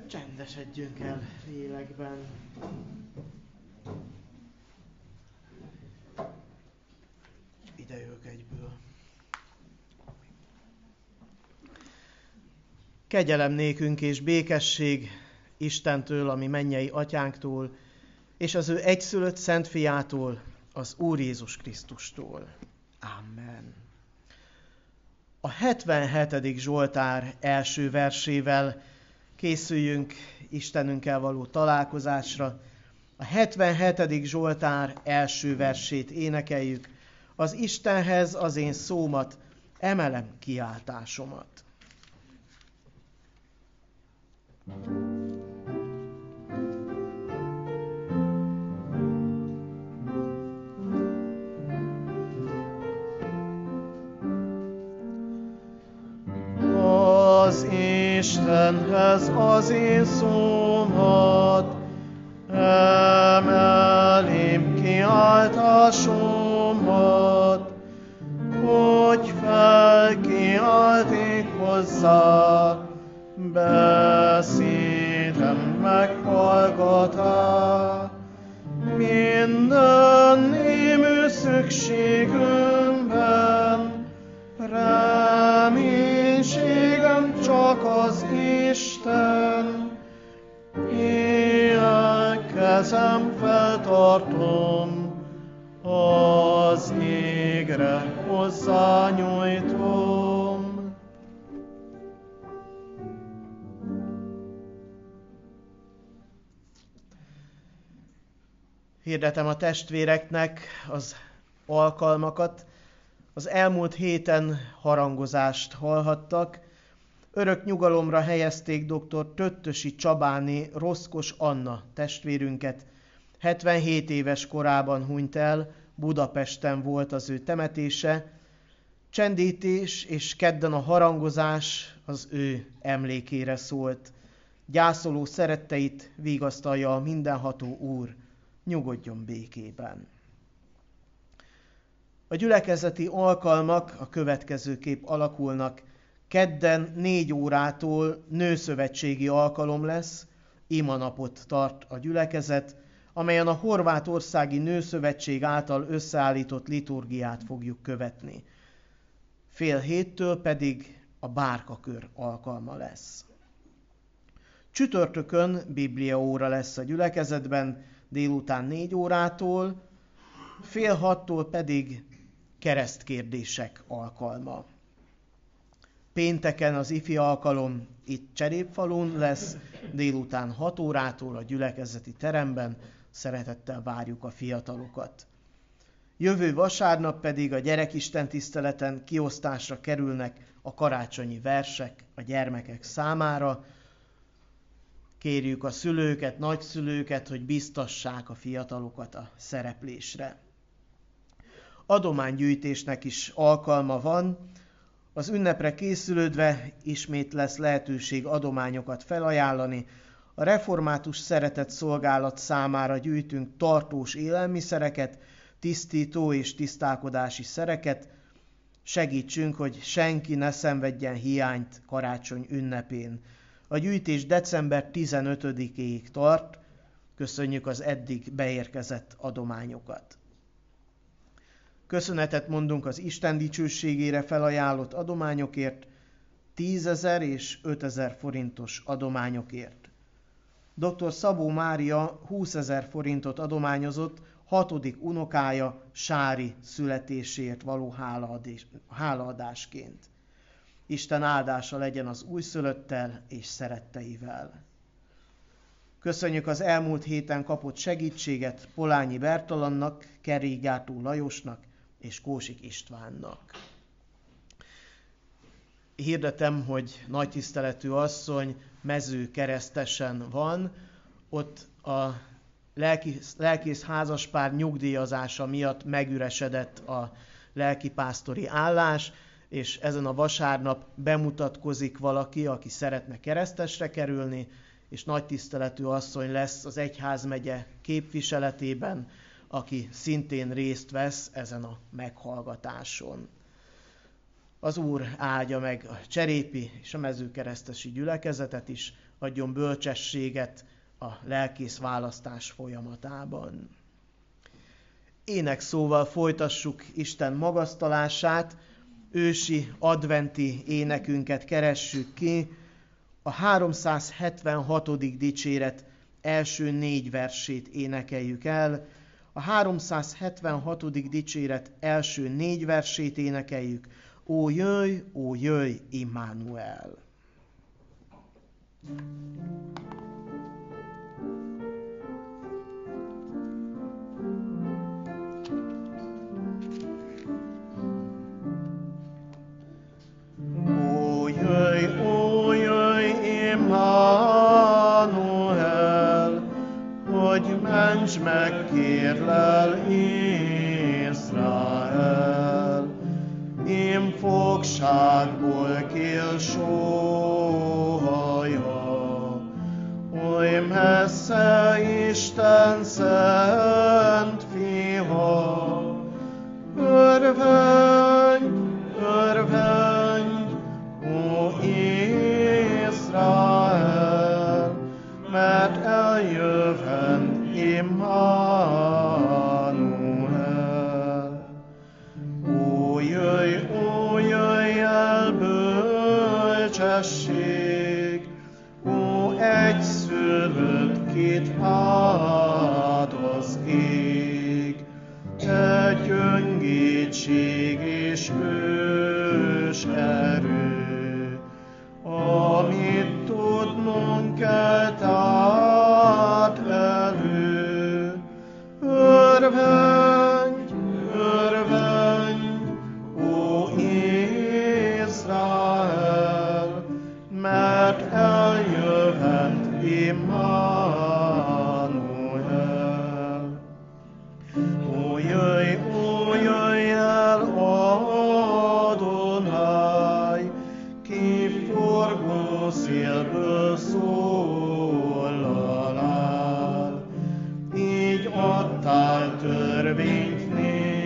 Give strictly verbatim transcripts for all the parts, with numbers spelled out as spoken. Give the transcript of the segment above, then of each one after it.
Csendesedjünk el lélekben. Ide jövök egyből. Kegyelem nékünk és békesség Istentől, ami mennyei atyánktól, és az ő egyszülött szent fiától, az Úr Jézus Krisztustól. Amen. A hetvenhetedik Zsoltár első versével készüljünk Istenünkkel való találkozásra. A hetvenhetedik Zsoltár első versét énekeljük. Az Istenhez az én szómat, emelem kiáltásomat. Az Istenhez az én szómat, emelém kiáltásomat, hogy felkiálték hozzá, beszédem meghallgatá. Minden némű szükségünkben, reménységem csak az Isten. Ilyen kezem feltartom, az égre hozzányújtom. Hirdetem a testvéreknek az alkalmakat. Az elmúlt héten harangozást hallhattak. Örök nyugalomra helyezték dr. Töttösi Csabáné Roszkos Anna testvérünket. hetvenhét éves korában hunyt el, Budapesten volt az ő temetése. Csendítés és kedden a harangozás az ő emlékére szólt. Gyászoló szeretteit vigasztalja a mindenható Úr, nyugodjon békében. A gyülekezeti alkalmak a következőképp alakulnak. Kedden négy órától nőszövetségi alkalom lesz, imanapot tart a gyülekezet, amelyen a Horvátországi Nőszövetség által összeállított liturgiát fogjuk követni. Fél héttől pedig a bárkakör alkalma lesz. Csütörtökön bibliaóra lesz a gyülekezetben, délután négy órától, fél hattól pedig keresztkérdések alkalma. Pénteken az ifi alkalom itt Cserépfalun lesz, délután hat órától a gyülekezeti teremben, szeretettel várjuk a fiatalokat. Jövő vasárnap pedig a gyerekisten tiszteleten kiosztásra kerülnek a karácsonyi versek a gyermekek számára. Kérjük a szülőket, nagyszülőket, hogy biztassák a fiatalokat a szereplésre. Adománygyűjtésnek is alkalma van. Az ünnepre készülődve ismét lesz lehetőség adományokat felajánlani. A Református Szeretett Szolgálat számára gyűjtünk tartós élelmiszereket, tisztító és tisztálkodási szereket. Segítsünk, hogy senki ne szenvedjen hiányt karácsony ünnepén. A gyűjtés december tizenötödikéig tart. Köszönjük az eddig beérkezett adományokat. Köszönetet mondunk az Isten dicsőségére felajánlott adományokért, tízezer és ötezer forintos adományokért. dr. Szabó Mária húszezer forintot adományozott hatodik unokája Sári születéséért való hálaadásként. Isten áldása legyen az újszülöttel és szeretteivel. Köszönjük az elmúlt héten kapott segítséget Polányi Bertalannak, Kerénygyártó Lajosnak és Kósik Istvánnak. Hirdetem, hogy nagytiszteletű asszony Mezőkeresztesen van, ott a lelkész, lelkész házaspár nyugdíjazása miatt megüresedett a lelkipásztori állás, és ezen a vasárnap bemutatkozik valaki, aki szeretne keresztesre kerülni, és nagytiszteletű asszony lesz az egyházmegye képviseletében, aki szintén részt vesz ezen a meghallgatáson. Az Úr áldja meg a cserépi és a mezőkeresztesi gyülekezetet is, adjon bölcsességet a lelkész választás folyamatában. Énekszóval folytassuk Isten magasztalását, ősi adventi énekünket keressük ki, a háromszázhetvenhatodik dicséret első négy versét énekeljük el. A háromszázhetvenhatodik dicséret első négy versét énekeljük. Ó jöjj, ó jöjj, Immanuel! Ó jöjj, ó jöjj, Immanuel, hogy ments meg, kérlel, Izrael. Én fogságból kél sóhajha, oly messze Isten szent fiha. Örvendj, örvendj, ó Izrael, mert eljövend Immanuel. Ó jöjj, ó jöjj el, bölcsesség, ó egyszülött, kit áld az ég. Te gyöngétség és ős erő, amit tudnunk kell, tárt elő. Örvendj, örvendj, ó Izrael, mert eljövett Immanuel. Ó jöjj, ó jöjj el, Adonai, ki forgó szélből szólalál. Így adtál törvényt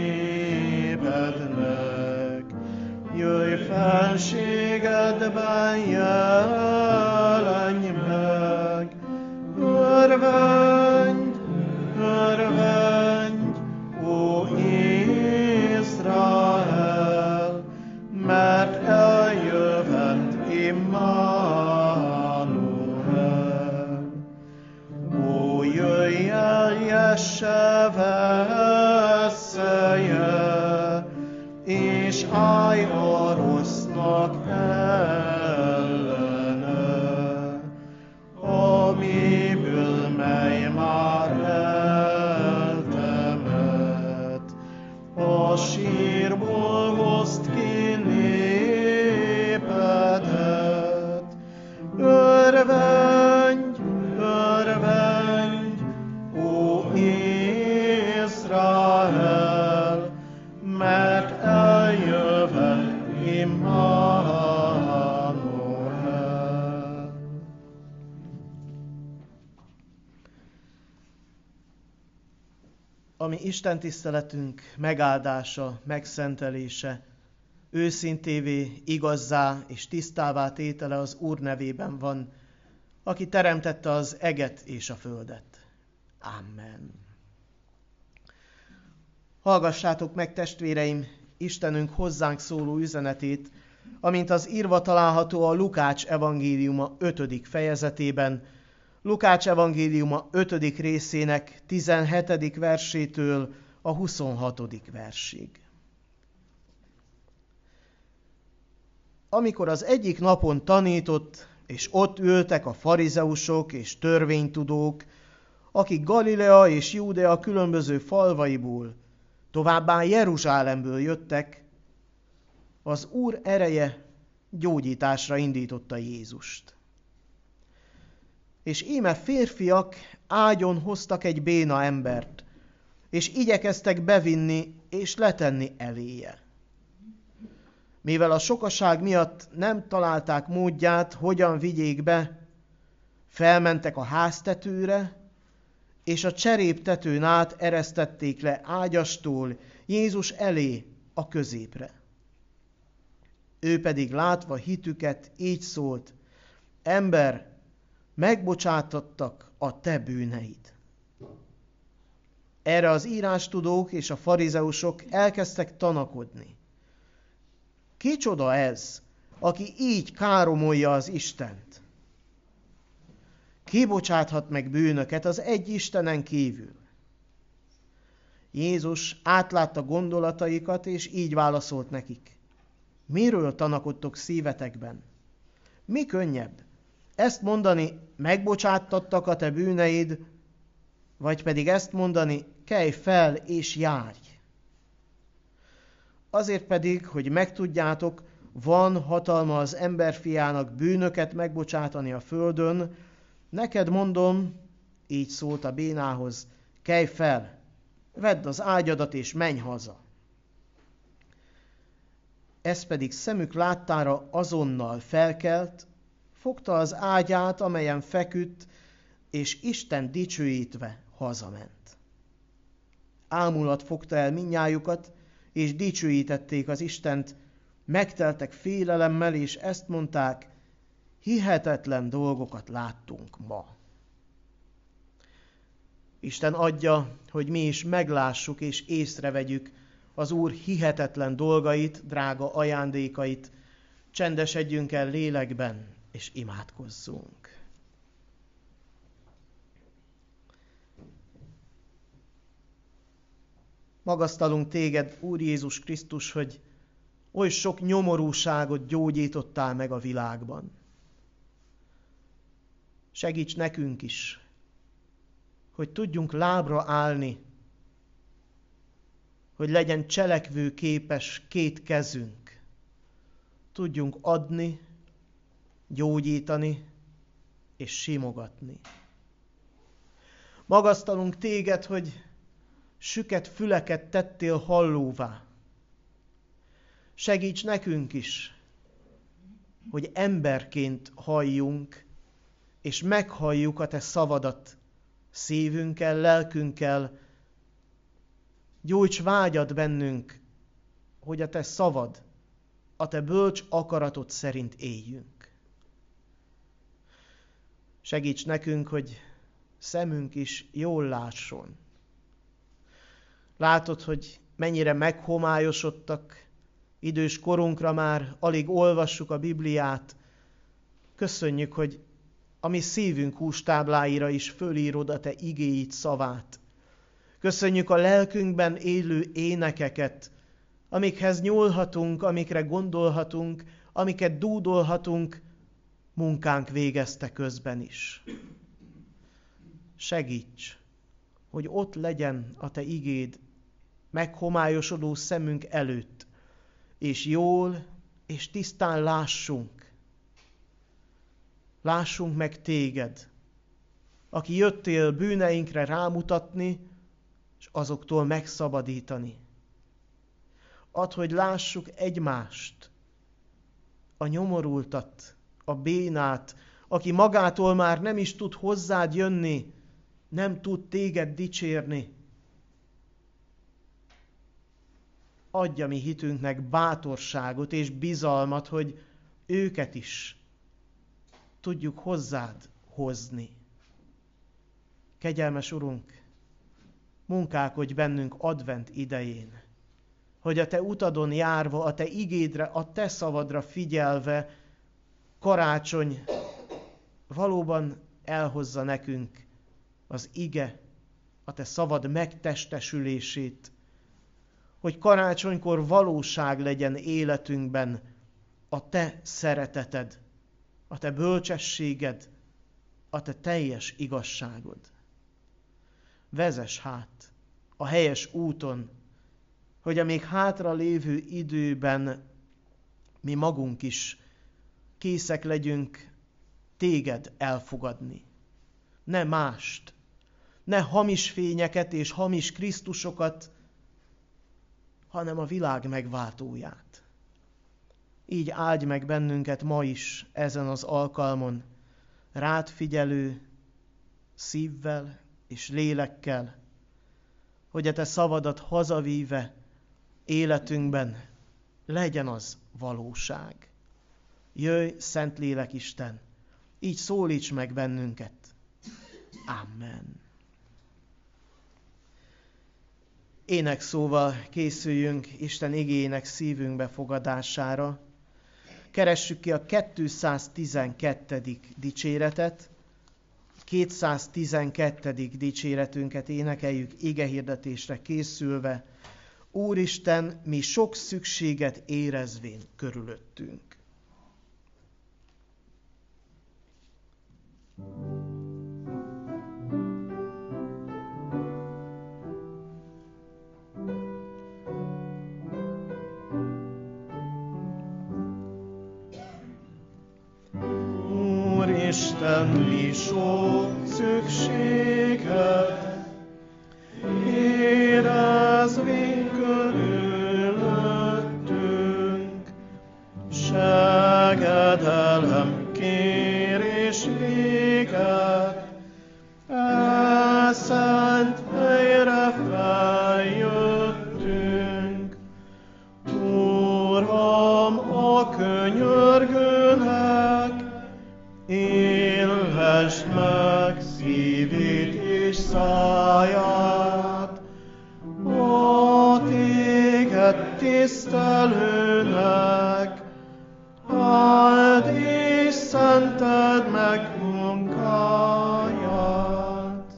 népednek, jöjj felségedben, jelenj meg. Örvendj, örvendj, ó Izrael, mert eljövett Immanuel. Ó jöjj el, Jesse vesszelje, és állj a rossznak ellene, amiből mely már eltemet. A sírból hozd ki népedet. Örvendj, örvendj, ó Izrael, mert eljövett Immanuel. Ami Isten tiszteletünk megáldása, megszentelése, őszintévé, igazzá és tisztává tétele az Úr nevében van, aki teremtette az eget és a földet. Amen. Hallgassátok meg, testvéreim, Istenünk hozzánk szóló üzenetét, amint az írva található a Lukács evangéliuma ötödik fejezetében, Lukács evangéliuma ötödik részének tizenhetedik versétől a huszonhatodik versig. Amikor az egyik napon tanított, és ott ültek a farizeusok és törvénytudók, akik Galilea és Júdea különböző falvaiból, továbbá Jeruzsálemből jöttek, az Úr ereje gyógyításra indította Jézust. És íme férfiak ágyon hoztak egy béna embert, és igyekeztek bevinni és letenni eléje. Mivel a sokaság miatt nem találták módját, hogyan vigyék be, felmentek a háztetőre, és a cseréptetőn át eresztették le ágyastól Jézus elé a középre. Ő pedig látva hitüket így szólt: ember, megbocsátottak a te bűneid. Erre az írástudók és a farizeusok elkezdtek tanakodni. Kicsoda ez, aki így káromolja az Istent? Ki bocsáthat meg bűnöket az egy Istenen kívül? Jézus átlátta gondolataikat, és így válaszolt nekik: miről tanakodtok szívetekben? Mi könnyebb? Ezt mondani, megbocsáttattak a te bűneid, vagy pedig ezt mondani, kelj fel és járj. Azért pedig, hogy megtudjátok, van hatalma az emberfiának bűnöket megbocsátani a földön, neked mondom, így szólt a bénához, kelj fel, vedd az ágyadat és menj haza. Ez pedig szemük láttára azonnal felkelt, fogta az ágyát, amelyen feküdt, és Isten dicsőítve hazament. Ámulat fogta el mindnyájukat, és dicsőítették az Istent, megteltek félelemmel, és ezt mondták: hihetetlen dolgokat láttunk ma. Isten adja, hogy mi is meglássuk és észrevegyük az Úr hihetetlen dolgait, drága ajándékait. Csendesedjünk el lélekben, és imádkozzunk. Magasztalunk téged, Úr Jézus Krisztus, hogy oly sok nyomorúságot gyógyítottál meg a világban. Segíts nekünk is, hogy tudjunk lábra állni, hogy legyen cselekvő képes két kezünk. Tudjunk adni, gyógyítani és simogatni. Magasztalunk téged, hogy süket füleket tettél hallóvá. Segíts nekünk is, hogy emberként halljunk, és meghalljuk a te szavadat szívünkkel, lelkünkkel. Gyújts vágyad bennünk, hogy a te szavad, a te bölcs akaratod szerint éljünk. Segíts nekünk, hogy szemünk is jól lásson. Látod, hogy mennyire meghomályosodtak, idős korunkra már alig olvassuk a Bibliát. Köszönjük, hogy a mi szívünk hústábláira is fölírod a te igéid szavát. Köszönjük a lelkünkben élő énekeket, amikhez nyúlhatunk, amikre gondolhatunk, amiket dúdolhatunk munkánk végezte közben is. Segíts, hogy ott legyen a te igéd meghomályosodó szemünk előtt, és jól és tisztán lássunk. Lássunk meg téged, aki jöttél bűneinkre rámutatni, és azoktól megszabadítani. Add, hogy lássuk egymást, a nyomorultat, a bénát, aki magától már nem is tud hozzád jönni, nem tud téged dicsérni. Adj a mi hitünknek bátorságot és bizalmat, hogy őket is tudjuk hozzád hozni. Kegyelmes Urunk, munkálkodj bennünk advent idején, hogy a te utadon járva, a te igédre, a te szavadra figyelve karácsony valóban elhozza nekünk az ige, a te szavad megtestesülését, hogy karácsonykor valóság legyen életünkben a te szereteted, a te bölcsességed, a te teljes igazságod. Vezess hát a helyes úton, hogy a még hátra lévő időben mi magunk is készek legyünk téged elfogadni. Ne mást, ne hamis fényeket és hamis Krisztusokat, hanem a világ megváltóját. Így áldj meg bennünket ma is ezen az alkalmon, rád figyelő szívvel és lélekkel, hogy a te szavadat hazavíve életünkben legyen az valóság. Jöjj, Szentlélek Isten, így szólíts meg bennünket. Amen. Énekszóval készüljünk Isten igéjének szívünkbe fogadására. Keressük ki a kétszáztizenkettedik dicséretet. kétszáztizenkettedik dicséretünket énekeljük igehirdetésre készülve. Úristen, mi sok szükséget érezvén körülöttünk. Úristen, mi sok szükséget érezvén körülöttünk, segedelem kérés véget, e szent helyre feljöttünk. Uram, a könyörgőnek, élhess meg szívét és száját, a téged tisztelőnek, áld és szenteld meg munkáját.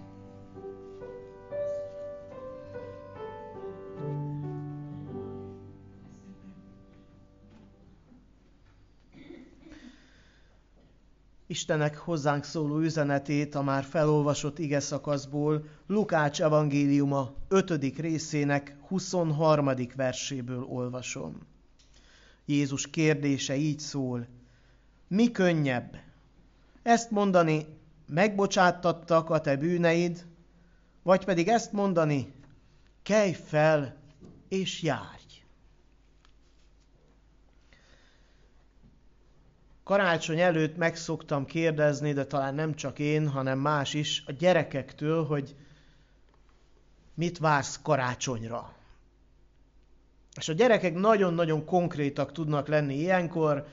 Istennek hozzánk szóló üzenetét a már felolvasott igeszakaszból Lukács evangéliuma ötödik részének huszonharmadik verséből olvasom. Jézus kérdése így szól: mi könnyebb? Ezt mondani, megbocsátattak a te bűneid, vagy pedig ezt mondani, kelj fel és járj. Karácsony előtt meg szoktam kérdezni, de talán nem csak én, hanem más is, a gyerekektől, hogy mit vársz karácsonyra. És a gyerekek nagyon-nagyon konkrétak tudnak lenni ilyenkor.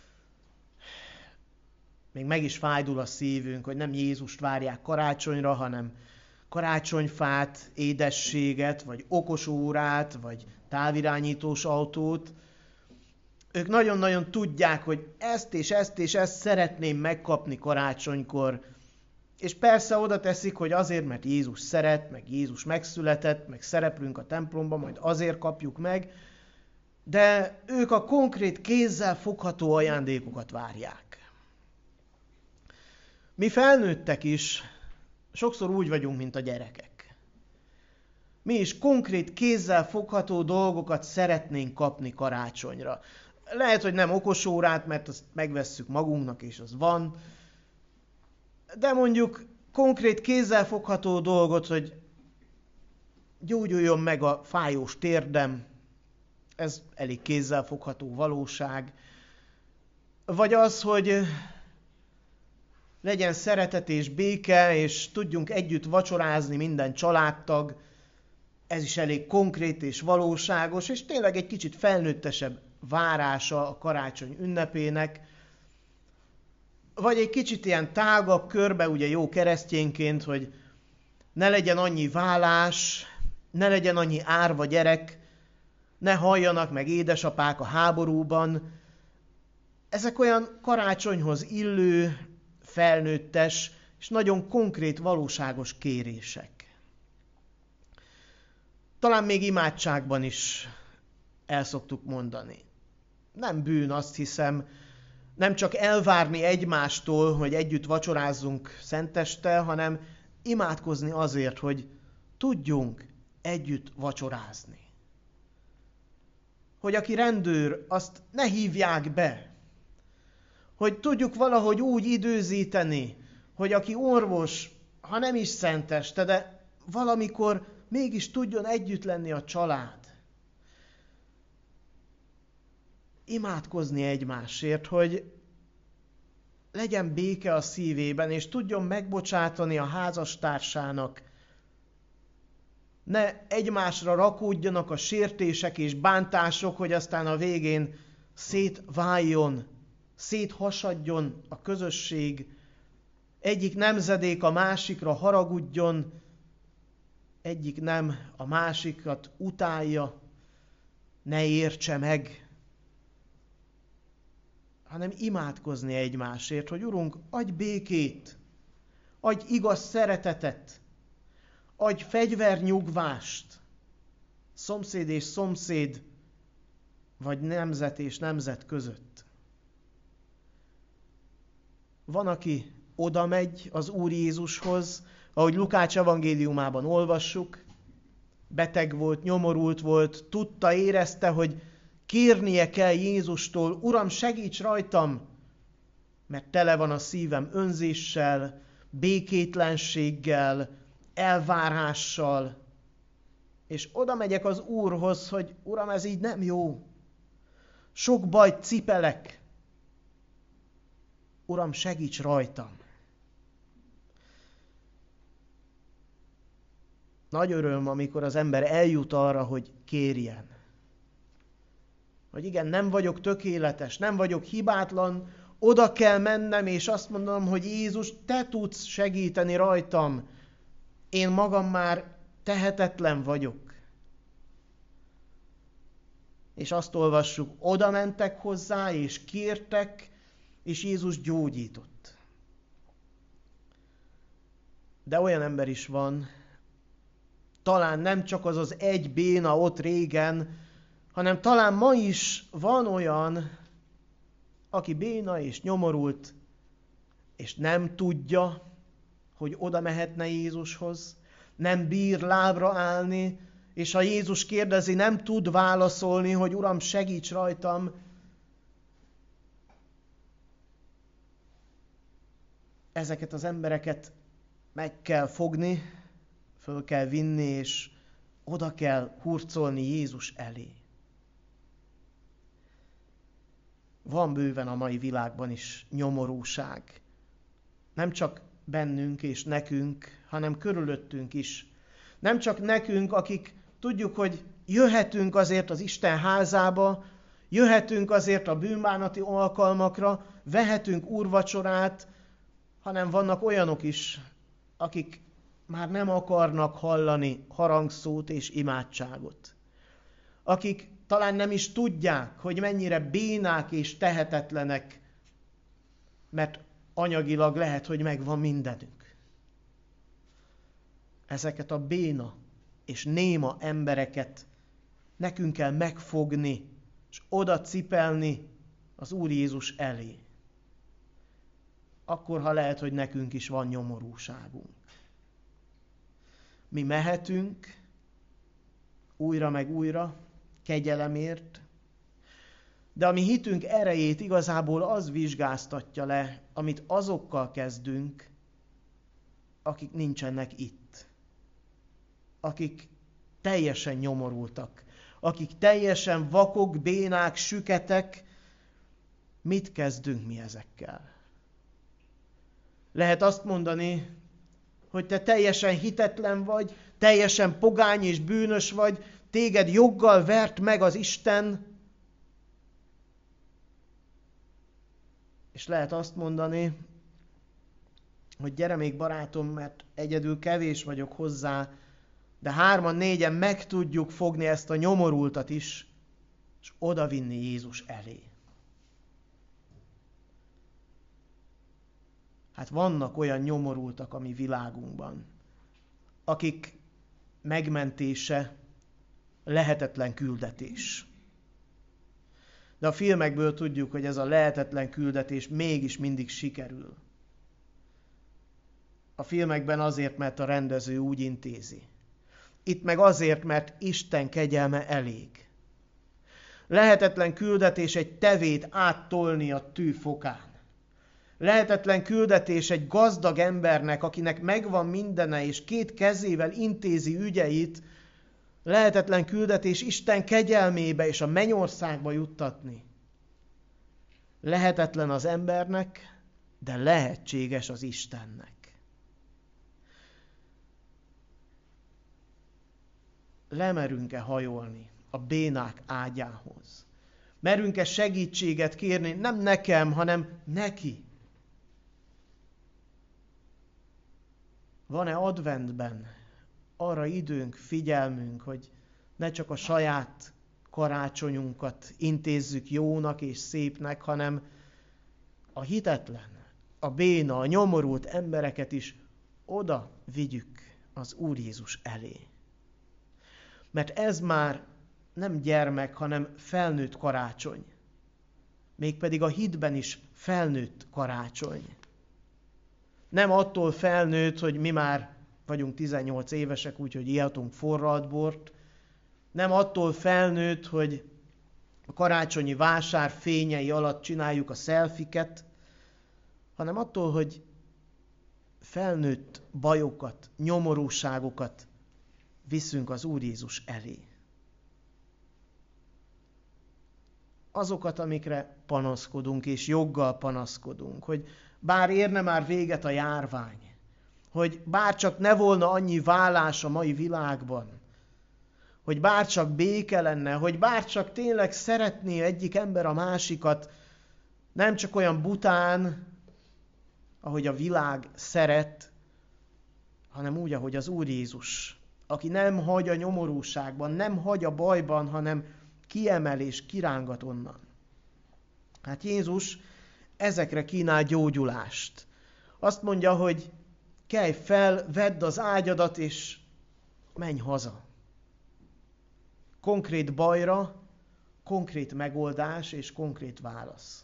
Még meg is fájdul a szívünk, hogy nem Jézust várják karácsonyra, hanem karácsonyfát, édességet, vagy okos órát, vagy távirányítós autót. Ők nagyon-nagyon tudják, hogy ezt és ezt és ezt szeretném megkapni karácsonykor. És persze oda teszik, hogy azért, mert Jézus szeret, meg Jézus megszületett, meg szereplünk a templomban, majd azért kapjuk meg, de ők a konkrét kézzel fogható ajándékokat várják. Mi felnőttek is sokszor úgy vagyunk, mint a gyerekek. Mi is konkrét kézzel fogható dolgokat szeretnénk kapni karácsonyra. Lehet, hogy nem okos órát, mert azt megvesszük magunknak, és az van, de mondjuk konkrét kézzel fogható dolgot, hogy gyógyuljon meg a fájós térdem, ez elég kézzel fogható valóság. Vagy az, hogy legyen szeretet és béke, és tudjunk együtt vacsorázni minden családtag, ez is elég konkrét és valóságos, és tényleg egy kicsit felnőttesebb várása a karácsony ünnepének. Vagy egy kicsit ilyen tágabb körbe, ugye jó keresztényként, hogy ne legyen annyi válás, ne legyen annyi árva gyerek, ne halljanak meg édesapák a háborúban. Ezek olyan karácsonyhoz illő, felnőttes és nagyon konkrét, valóságos kérések. Talán még imádságban is el szoktuk mondani. Nem bűn, azt hiszem, nem csak elvárni egymástól, hogy együtt vacsorázzunk szenteste, hanem imádkozni azért, hogy tudjunk együtt vacsorázni. Hogy aki rendőr, azt ne hívják be. Hogy tudjuk valahogy úgy időzíteni, hogy aki orvos, ha nem is szenteste, de valamikor mégis tudjon együtt lenni a család. Imádkozni egymásért, hogy legyen béke a szívében, és tudjon megbocsátani a házastársának. Ne egymásra rakódjanak a sértések és bántások, hogy aztán a végén szétváljon, széthasadjon a közösség, egyik nemzedék a másikra haragudjon, egyik nem a másikat utálja, ne értse meg, hanem imádkozni egymásért, hogy Urunk, adj békét, adj igaz szeretetet, adj fegyvernyugvást, szomszéd és szomszéd, vagy nemzet és nemzet között. Van, aki oda megy az Úr Jézushoz, ahogy Lukács evangéliumában olvassuk, beteg volt, nyomorult volt, tudta, érezte, hogy kérnie kell Jézustól, Uram, segíts rajtam, mert tele van a szívem önzéssel, békétlenséggel, elvárással, és oda megyek az Úrhoz, hogy Uram, ez így nem jó. Sok bajt cipelek. Uram, segíts rajtam. Nagy öröm, amikor az ember eljut arra, hogy kérjen. Hogy igen, nem vagyok tökéletes, nem vagyok hibátlan, oda kell mennem, és azt mondom, hogy Jézus, te tudsz segíteni rajtam. Én magam már tehetetlen vagyok. És azt olvassuk, oda mentek hozzá, és kértek, és Jézus gyógyított. De olyan ember is van, talán nem csak az az egy béna ott régen, hanem talán ma is van olyan, aki béna és nyomorult, és nem tudja, hogy oda mehetne Jézushoz, nem bír lábra állni, és ha Jézus kérdezi, nem tud válaszolni, hogy Uram, segíts rajtam. Ezeket az embereket meg kell fogni, föl kell vinni, és oda kell hurcolni Jézus elé. Van bőven a mai világban is nyomorúság. Nem csak bennünk és nekünk, hanem körülöttünk is. Nem csak nekünk, akik tudjuk, hogy jöhetünk azért az Isten házába, jöhetünk azért a bűnbánati alkalmakra, vehetünk úrvacsorát, hanem vannak olyanok is, akik már nem akarnak hallani harangszót és imádságot. Akik talán nem is tudják, hogy mennyire bénák és tehetetlenek, mert anyagilag lehet, hogy megvan mindenük. Ezeket a béna és néma embereket nekünk kell megfogni, és oda cipelni az Úr Jézus elé. Akkor, ha lehet, hogy nekünk is van nyomorúságunk. Mi mehetünk újra meg újra, kegyelemért, de a mi hitünk erejét igazából az vizsgáztatja le, amit azokkal kezdünk, akik nincsenek itt. Akik teljesen nyomorultak, akik teljesen vakok, bénák, süketek. Mit kezdünk mi ezekkel? Lehet azt mondani, hogy te teljesen hitetlen vagy, teljesen pogány és bűnös vagy, téged joggal vert meg az Isten, és lehet azt mondani, hogy gyere még barátom, mert egyedül kevés vagyok hozzá, de hárman, négyen meg tudjuk fogni ezt a nyomorultat is, és odavinni Jézus elé. Hát vannak olyan nyomorultak a mi világunkban, akik megmentése lehetetlen küldetés. De a filmekből tudjuk, hogy ez a lehetetlen küldetés mégis mindig sikerül. A filmekben azért, mert a rendező úgy intézi. Itt meg azért, mert Isten kegyelme elég. Lehetetlen küldetés egy tevét áttolni a tű fokán. Lehetetlen küldetés egy gazdag embernek, akinek megvan mindene, és két kezével intézi ügyeit, lehetetlen küldetés Isten kegyelmébe és a mennyországba juttatni. Lehetetlen az embernek, de lehetséges az Istennek. Lemerünk-e hajolni a bénák ágyához? Merünk-e segítséget kérni? Nem nekem, hanem neki. Van-e adventben arra időnk, figyelmünk, hogy ne csak a saját karácsonyunkat intézzük jónak és szépnek, hanem a hitetlen, a béna, a nyomorult embereket is oda vigyük az Úr Jézus elé. Mert ez már nem gyermek, hanem felnőtt karácsony. Mégpedig a hitben is felnőtt karácsony. Nem attól felnőtt, hogy mi már vagyunk tizennyolc évesek, úgyhogy ihatunk forralt bort. Nem attól felnőtt, hogy a karácsonyi vásár fényei alatt csináljuk a szelfiket, hanem attól, hogy felnőtt bajokat, nyomorúságokat viszünk az Úr Jézus elé. Azokat, amikre panaszkodunk, és joggal panaszkodunk, hogy bár érne már véget a járvány, hogy bár csak ne volna annyi válás a mai világban, hogy bár csak béke lenne, hogy bár csak tényleg szeretné egyik ember a másikat, nem csak olyan bután, ahogy a világ szeret, hanem úgy, ahogy az Úr Jézus, aki nem hagy a nyomorúságban, nem hagy a bajban, hanem kiemel és kirángat onnan. Hát Jézus ezekre kínál gyógyulást. Azt mondja, hogy kelj fel, vedd az ágyadat, és menj haza. Konkrét bajra, konkrét megoldás és konkrét válasz.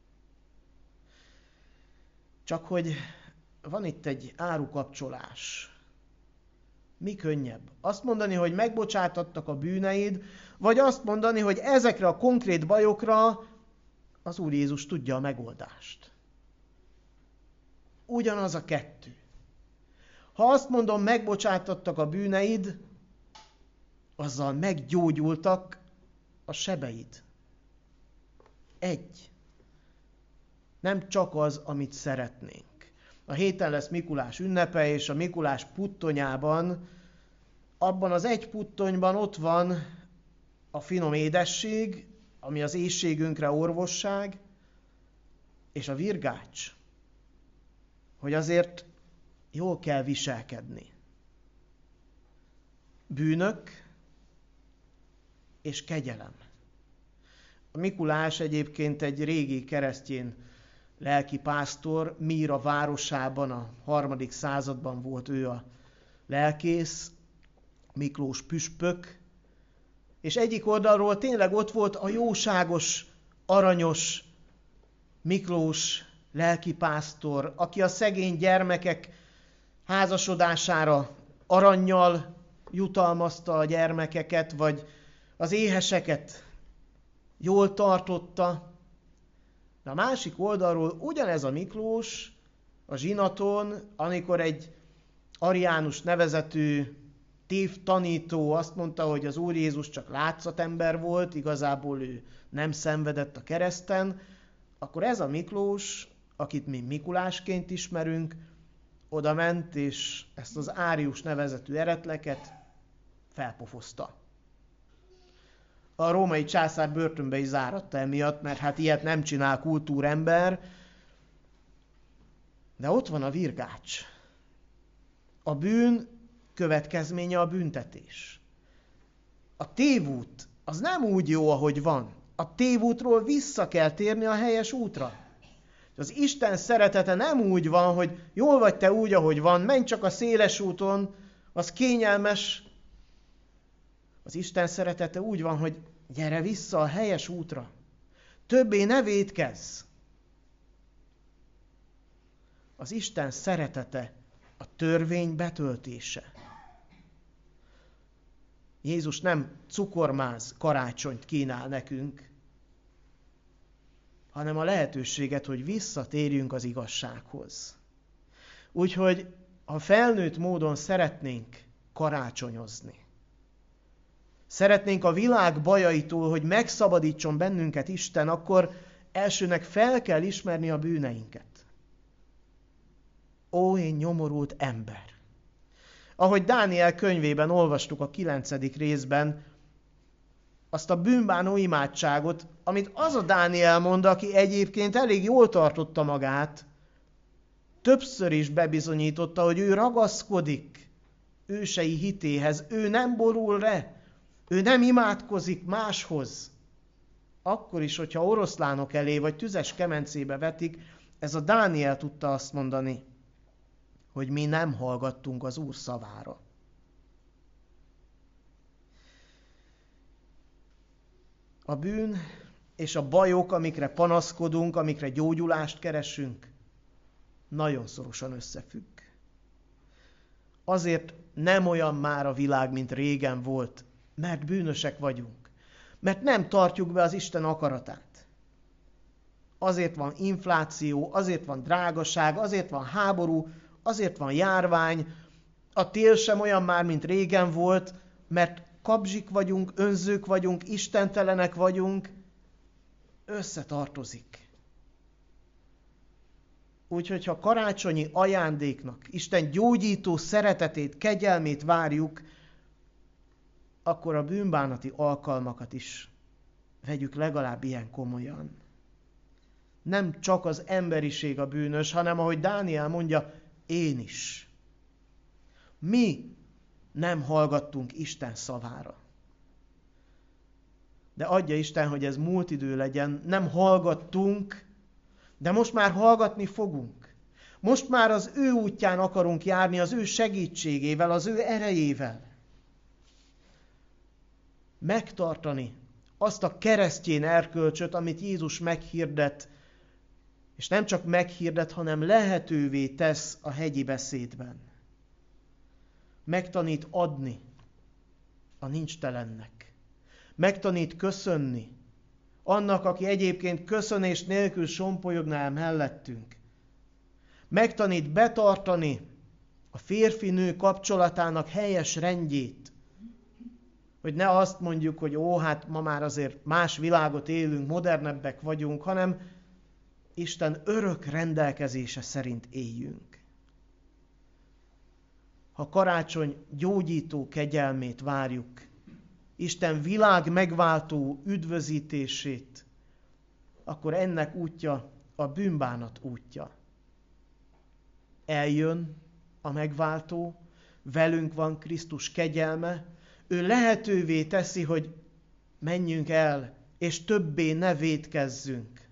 Csak hogy van itt egy árukapcsolás. Mi könnyebb? Azt mondani, hogy megbocsátattak a bűneid, vagy azt mondani, hogy ezekre a konkrét bajokra az Úr Jézus tudja a megoldást. Ugyanaz a kettő. Ha azt mondom, megbocsátattak a bűneid, azzal meggyógyultak a sebeid. Egy. Nem csak az, amit szeretnénk. A héten lesz Mikulás ünnepe, és a Mikulás puttonyában, abban az egy puttonyban ott van a finom édesség, ami az éhségünkre orvosság, és a virgács, hogy azért jól kell viselkedni. Bűnök és kegyelem. A Mikulás egyébként egy régi keresztény lelkipásztor, Míra városában a harmadik században volt ő a lelkész, Miklós püspök, és egyik oldalról tényleg ott volt a jóságos, aranyos Miklós lelkipásztor, aki a szegény gyermekek házasodására arannyal jutalmazta a gyermekeket, vagy az éheseket jól tartotta. De a másik oldalról ugyanez a Miklós a zsinaton, amikor egy Ariánus nevezetű tévtanító azt mondta, hogy az Úr Jézus csak látszatember volt, igazából ő nem szenvedett a kereszten, akkor ez a Miklós, akit mi Mikulásként ismerünk, oda ment, és ezt az Árius nevezetű eretleket felpofozta. A római császár börtönbe is záratta emiatt, mert hát ilyet nem csinál kultúrember. De ott van a virgács. A bűn következménye a büntetés. A tévút az nem úgy jó, ahogy van. A tévútról vissza kell térni a helyes útra. Az Isten szeretete nem úgy van, hogy jól vagy te úgy, ahogy van, menj csak a széles úton, az kényelmes. Az Isten szeretete úgy van, hogy gyere vissza a helyes útra. Többé ne vétkezz. Az Isten szeretete a törvény betöltése. Jézus nem cukormáz karácsonyt kínál nekünk, hanem a lehetőséget, hogy visszatérjünk az igazsághoz. Úgyhogy, ha felnőtt módon szeretnénk karácsonyozni, szeretnénk a világ bajaitól, hogy megszabadítson bennünket Isten, akkor elsőnek fel kell ismerni a bűneinket. Ó, én nyomorult ember! Ahogy Dániel könyvében olvastuk a kilencedik részben, azt a bűnbánó imádságot, amit az a Dániel mond, aki egyébként elég jól tartotta magát, többször is bebizonyította, hogy ő ragaszkodik ősei hitéhez, ő nem borul le, ő nem imádkozik máshoz. Akkor is, hogyha oroszlánok elé vagy tüzes kemencébe vetik, ez a Dániel tudta azt mondani, hogy mi nem hallgattunk az Úr szavára. A bűn és a bajok, amikre panaszkodunk, amikre gyógyulást keresünk, nagyon szorosan összefügg. Azért nem olyan már a világ, mint régen volt, mert bűnösek vagyunk, mert nem tartjuk be az Isten akaratát. Azért van infláció, azért van drágaság, azért van háború, azért van járvány, a tél sem olyan már, mint régen volt, mert kabzsik vagyunk, önzők vagyunk, istentelenek vagyunk, összetartozik. Úgyhogy ha karácsonyi ajándéknak Isten gyógyító szeretetét, kegyelmét várjuk, akkor a bűnbánati alkalmakat is vegyük legalább ilyen komolyan. Nem csak az emberiség a bűnös, hanem ahogy Dániel mondja, én is. Mi nem hallgattunk Isten szavára. De adja Isten, hogy ez múlt idő legyen, nem hallgattunk, de most már hallgatni fogunk. Most már az ő útján akarunk járni, az ő segítségével, az ő erejével. Megtartani azt a keresztjén erkölcsöt, amit Jézus meghirdet, és nem csak meghirdet, hanem lehetővé tesz a hegyi beszédben. Megtanít adni a nincstelennek. Megtanít köszönni annak, aki egyébként köszönés nélkül sompolyogná mellettünk. Megtanít betartani a férfi-nő kapcsolatának helyes rendjét. Hogy ne azt mondjuk, hogy ó, hát ma már azért más világot élünk, modernebbek vagyunk, hanem Isten örök rendelkezése szerint éljünk. Ha karácsony gyógyító kegyelmét várjuk, Isten világ megváltó üdvözítését, akkor ennek útja a bűnbánat útja. Eljön a megváltó, velünk van Krisztus kegyelme, ő lehetővé teszi, hogy menjünk el, és többé ne vétkezzünk.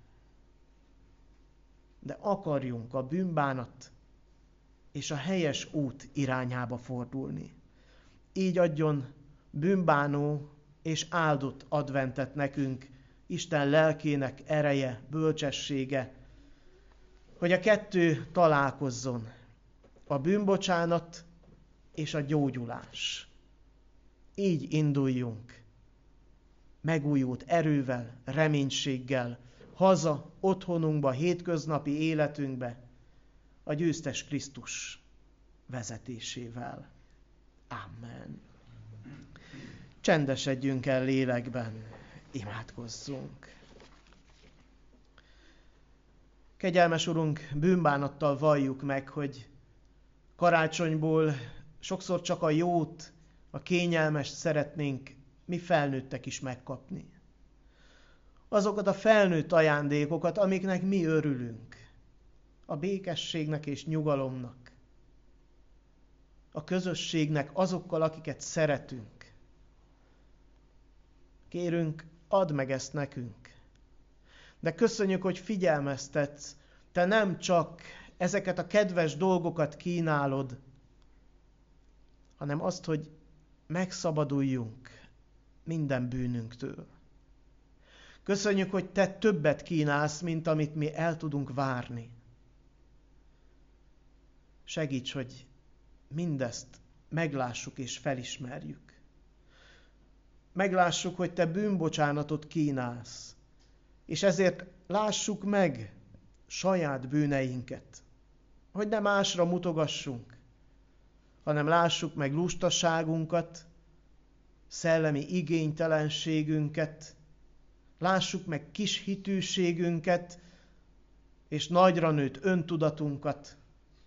De akarjunk a bűnbánat és a helyes út irányába fordulni. Így adjon bűnbánó és áldott adventet nekünk, Isten lelkének ereje, bölcsessége, hogy a kettő találkozzon, a bűnbocsánat és a gyógyulás. Így induljunk, megújult erővel, reménységgel, haza, otthonunkba, hétköznapi életünkbe, a győztes Krisztus vezetésével. Amen. Csendesedjünk el lélekben, imádkozzunk. Kegyelmes Urunk, bűnbánattal valljuk meg, hogy karácsonyból sokszor csak a jót, a kényelmest szeretnénk mi felnőttek is megkapni. Azokat a felnőtt ajándékokat, amiknek mi örülünk. A békességnek és nyugalomnak. A közösségnek, azokkal, akiket szeretünk. Kérünk, add meg ezt nekünk. De köszönjük, hogy figyelmeztetsz. Te nem csak ezeket a kedves dolgokat kínálod, hanem azt, hogy megszabaduljunk minden bűnünktől. Köszönjük, hogy te többet kínálsz, mint amit mi el tudunk várni. Segíts, hogy mindezt meglássuk és felismerjük. Meglássuk, hogy te bűnbocsánatot kínálsz, és ezért lássuk meg saját bűneinket, hogy ne másra mutogassunk, hanem lássuk meg lustaságunkat, szellemi igénytelenségünket, lássuk meg kis hitűségünket, és nagyra nőtt öntudatunkat.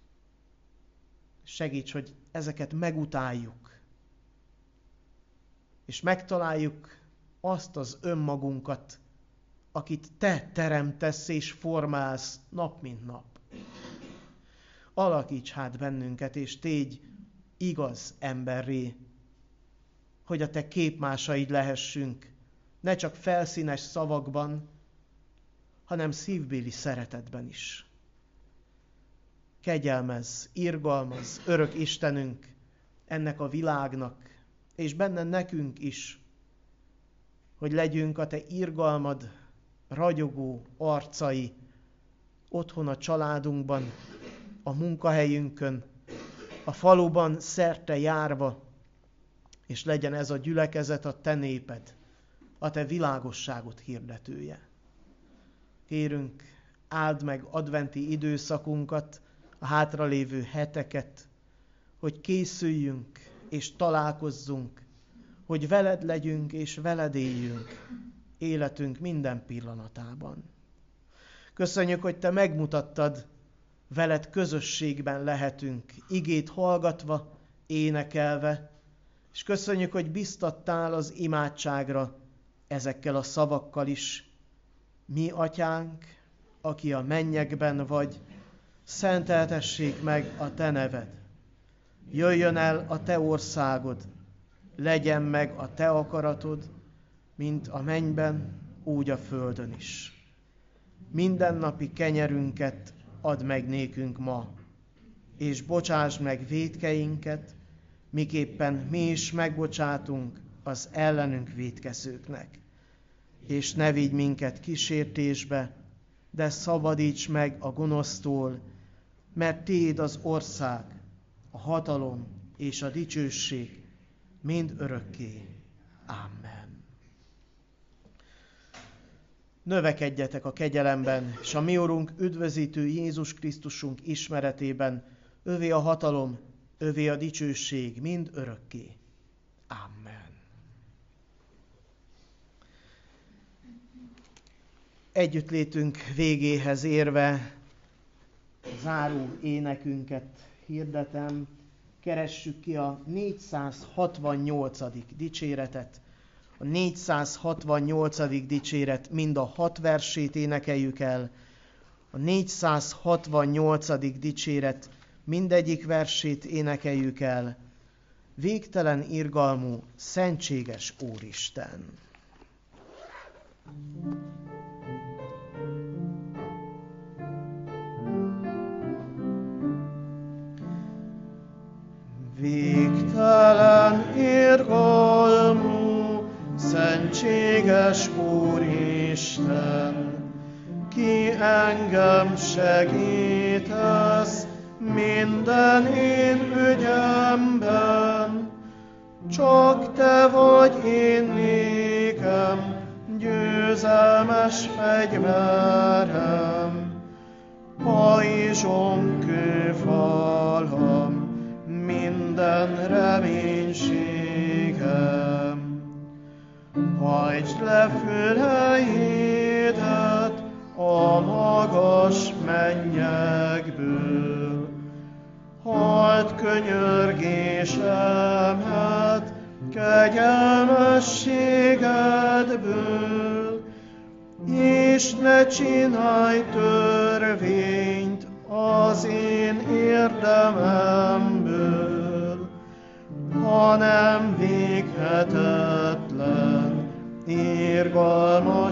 Segíts, hogy ezeket megutáljuk, és megtaláljuk azt az önmagunkat, akit te teremtesz és formálsz nap mint nap. Alakíts hát bennünket, és tégy igaz emberré, hogy a te képmásaid lehessünk, ne csak felszínes szavakban, hanem szívbéli szeretetben is. Kegyelmezz, irgalmazz, örök Istenünk, ennek a világnak, és benne nekünk is, hogy legyünk a te irgalmad ragyogó arcai otthon a családunkban, a munkahelyünkön, a faluban szerte járva, és legyen ez a gyülekezet a te néped, a te világosságot hirdetője. Kérünk, áld meg adventi időszakunkat, a hátralévő heteket, hogy készüljünk és találkozzunk, hogy veled legyünk és veled éljünk életünk minden pillanatában. Köszönjük, hogy te megmutattad, veled közösségben lehetünk, igét hallgatva, énekelve, és köszönjük, hogy biztattál az imádságra ezekkel a szavakkal is. Mi, atyánk, aki a mennyekben vagy, szenteltessék meg a te neved. Jöjjön el a te országod, legyen meg a te akaratod, mint a mennyben, úgy a földön is. Mindennapi kenyerünket add meg nékünk ma, és bocsásd meg vétkeinket, miképpen mi is megbocsátunk az ellenünk vétkezőknek. És ne vigy minket kísértésbe, de szabadíts meg a gonosztól, mert tiéd az ország, a hatalom és a dicsőség mind örökké. Amen. Növekedjetek a kegyelemben, és a mi Urunk, üdvözítő Jézus Krisztusunk ismeretében, övé a hatalom, övé a dicsőség mind örökké. Amen. Együttlétünk végéhez érve záró énekünket hirdetem. Keressük ki a négyszázhatvannyolcadik dicséretet. A négyszázhatvannyolcadik dicséret mind a hat versét énekeljük el. A négyszázhatvannyolcadik dicséret mindegyik versét énekeljük el. Végtelen irgalmú, szentséges Úristen! Végtelen irgalmú, szentséges Úristen, ki engem segítesz minden én ügyemben, csak te vagy én nékem, győzelmes fegyverem, pajzsom, kőfalham, minden reménységem. Hajtsd le fülhelyédet a magas mennyekből, halld könyörgésemet kegyelmességedből, és ne csinálj törvényt az én érdememből, hanem véghetetlen, irgalmas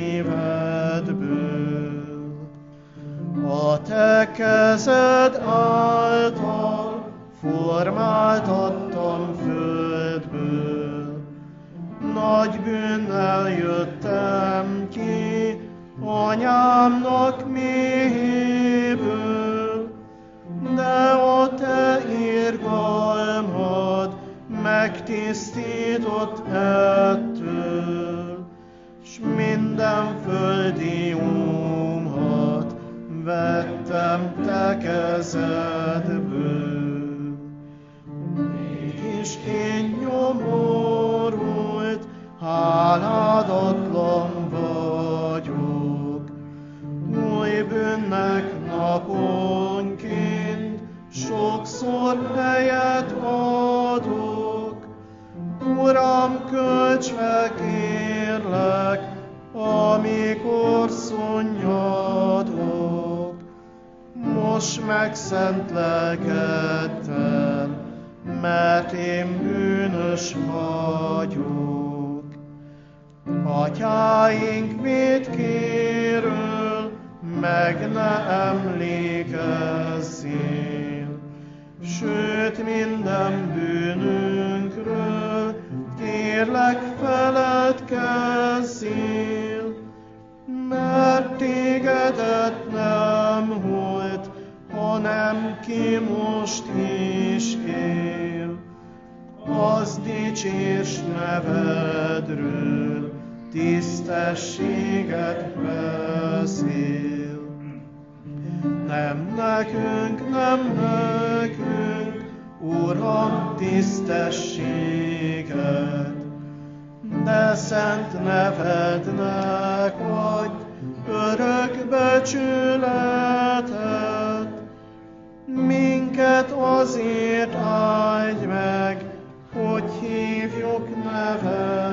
szívedből. A te kezed által formáltattam földből, nagy bűnnel jöttem ki anyámnak méhéből, de a te irgalmad megtisztított ettől, s minden földi ómat vettem te kezedből. Mégis én nyomorult, háládatlan vagyok, új bűnnek naponként sokszor helyet adok, Uram, költs fel, kérlek, amikor szunnyadok. Most meg szent lelkeddel, mert én bűnös vagyok. Atyáink vétkéről meg ne emlékezzél, sőt minden bűnünkről kérlek feledkezzél, mert tégedet nem volt, hanem ki most is él. Az dicsérts nevedről, tisztességet beszél. Nem nekünk, nem nekünk, Uram, tisztességet, de szent nevednek vagy örök becsületet. Minket azért áldj meg, hogy hívjuk neved.